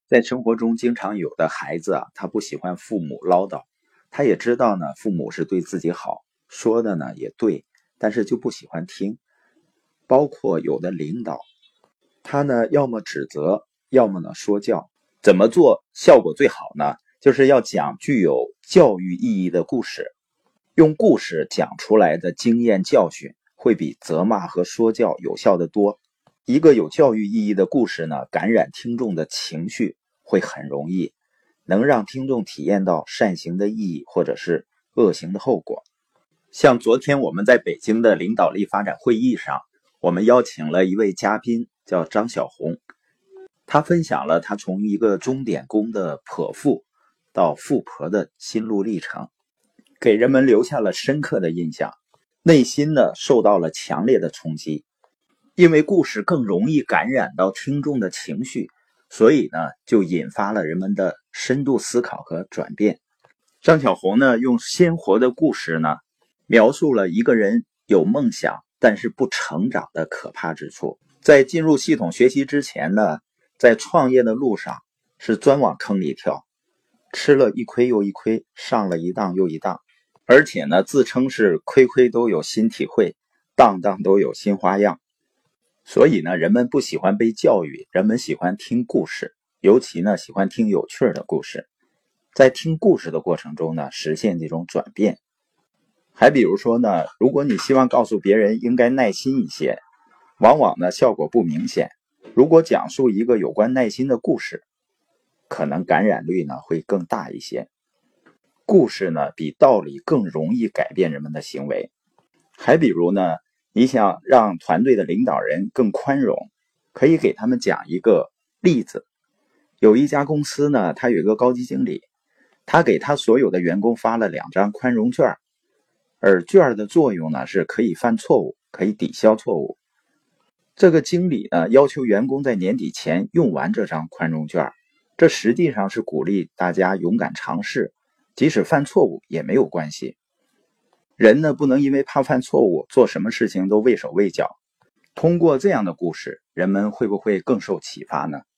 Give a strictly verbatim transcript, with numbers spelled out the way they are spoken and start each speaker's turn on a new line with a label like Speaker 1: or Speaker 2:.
Speaker 1: 在生活中经常有的孩子啊，他不喜欢父母唠叨，他也知道呢父母是对自己好，说的呢也对，但是就不喜欢听。包括有的领导，他呢要么指责，要么呢说教。怎么做效果最好呢？就是要讲具有教育意义的故事，用故事讲出来的经验教训会比责骂和说教有效得多。一个有教育意义的故事呢，感染听众的情绪会很容易，能让听众体验到善行的意义或者是恶行的后果。像昨天我们在北京的领导力发展会议上，我们邀请了一位嘉宾叫张小红，他分享了他从一个钟点工的婆妇到富婆的心路历程，给人们留下了深刻的印象，内心呢受到了强烈的冲击。因为故事更容易感染到听众的情绪，所以呢就引发了人们的深度思考和转变。张小红呢用鲜活的故事呢描述了一个人有梦想但是不成长的可怕之处。在进入系统学习之前呢，在创业的路上是钻往坑里跳，吃了一亏又一亏，上了一当又一当，而且呢自称是亏亏都有新体会，当当都有新花样。所以呢人们不喜欢被教育，人们喜欢听故事，尤其呢喜欢听有趣的故事。在听故事的过程中呢，实现这种转变。还比如说呢，如果你希望告诉别人应该耐心一些，往往呢效果不明显。如果讲述一个有关耐心的故事，可能感染率呢会更大一些。故事呢比道理更容易改变人们的行为。还比如呢，你想让团队的领导人更宽容，可以给他们讲一个例子。有一家公司呢，他有一个高级经理，他给他所有的员工发了两张宽容券，而券的作用呢是可以犯错误，可以抵消错误。这个经理呢要求员工在年底前用完这张宽容券，这实际上是鼓励大家勇敢尝试，即使犯错误也没有关系。人呢不能因为怕犯错误，做什么事情都畏手畏脚。通过这样的故事，人们会不会更受启发呢？